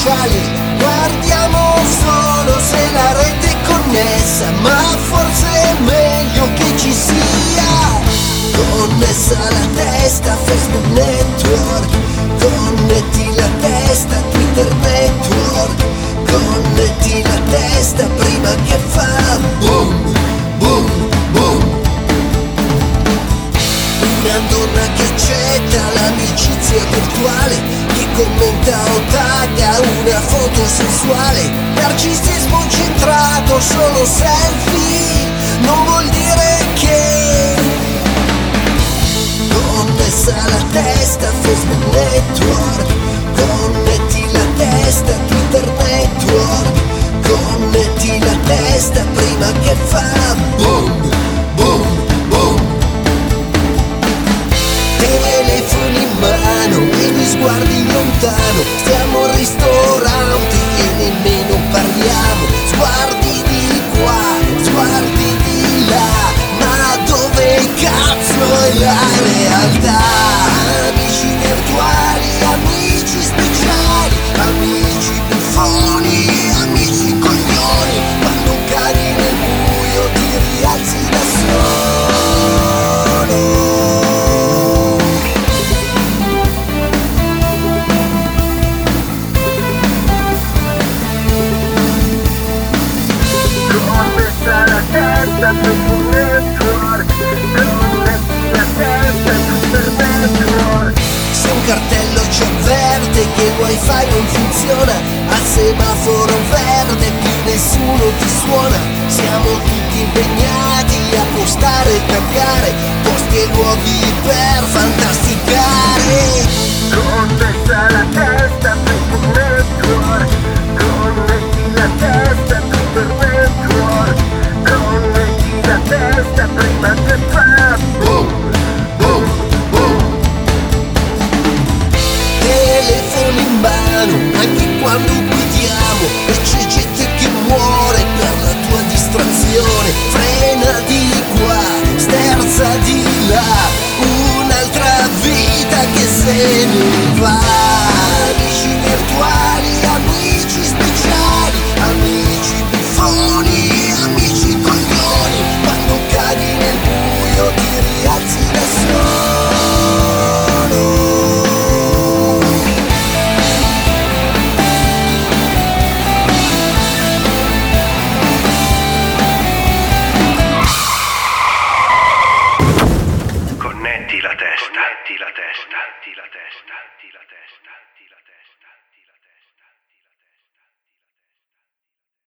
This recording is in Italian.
speciale. Guardiamo solo se la rete è connessa, ma forse è meglio che ci sia connessa la testa, Facebook Network. Connetti la testa, Twitter Network. Connetti la testa prima che fa boom, boom, boom. Una donna che accetta l'amicizia virtuale, che commenta o tagga una foto sensuale. Narcisismo centrato, solo selfie, non vuol dire che connessa la testa, Facebook Network. Connetti la testa, Twitter Network. Connetti la testa prima che fa boom, boom, boom. Telefoni in mano e gli sguardi lontano. Stiamo al ristorante e nemmeno parliamo. Sguardi di qua, sguardi di là, ma dove cazzo è la realtà? Amici virtuali, amici speciali, amici buffoni, amici coglioni. Quando cadi nel buio ti rialzi da solo. Connessa la testa, Facebook Network. Connetti la testa, Twitter Network. Se un cartello ci avverte che il wifi non funziona, al semaforo verde più nessuno ti suona. Siamo tutti impegnati a postare e taggare posti e luoghi per fantasticare. Connessa la testa, Facebook Network. Connetti la testa, Twitter Network. Connetti la testa prima che fa Boom, boom, boom. Telefoni in mano anche quando guidiamo, e c'è gente che muore per la tua distrazione. Frena di qua, sterza di là, un'altra vita che se ne va. Amici virtuali, amici speciali, amici buffoni, amici coglioni. Quando cadi nel buio ti rialzi da solo. Connetti la testa, connetti la testa, connetti la testa, connetti la testa.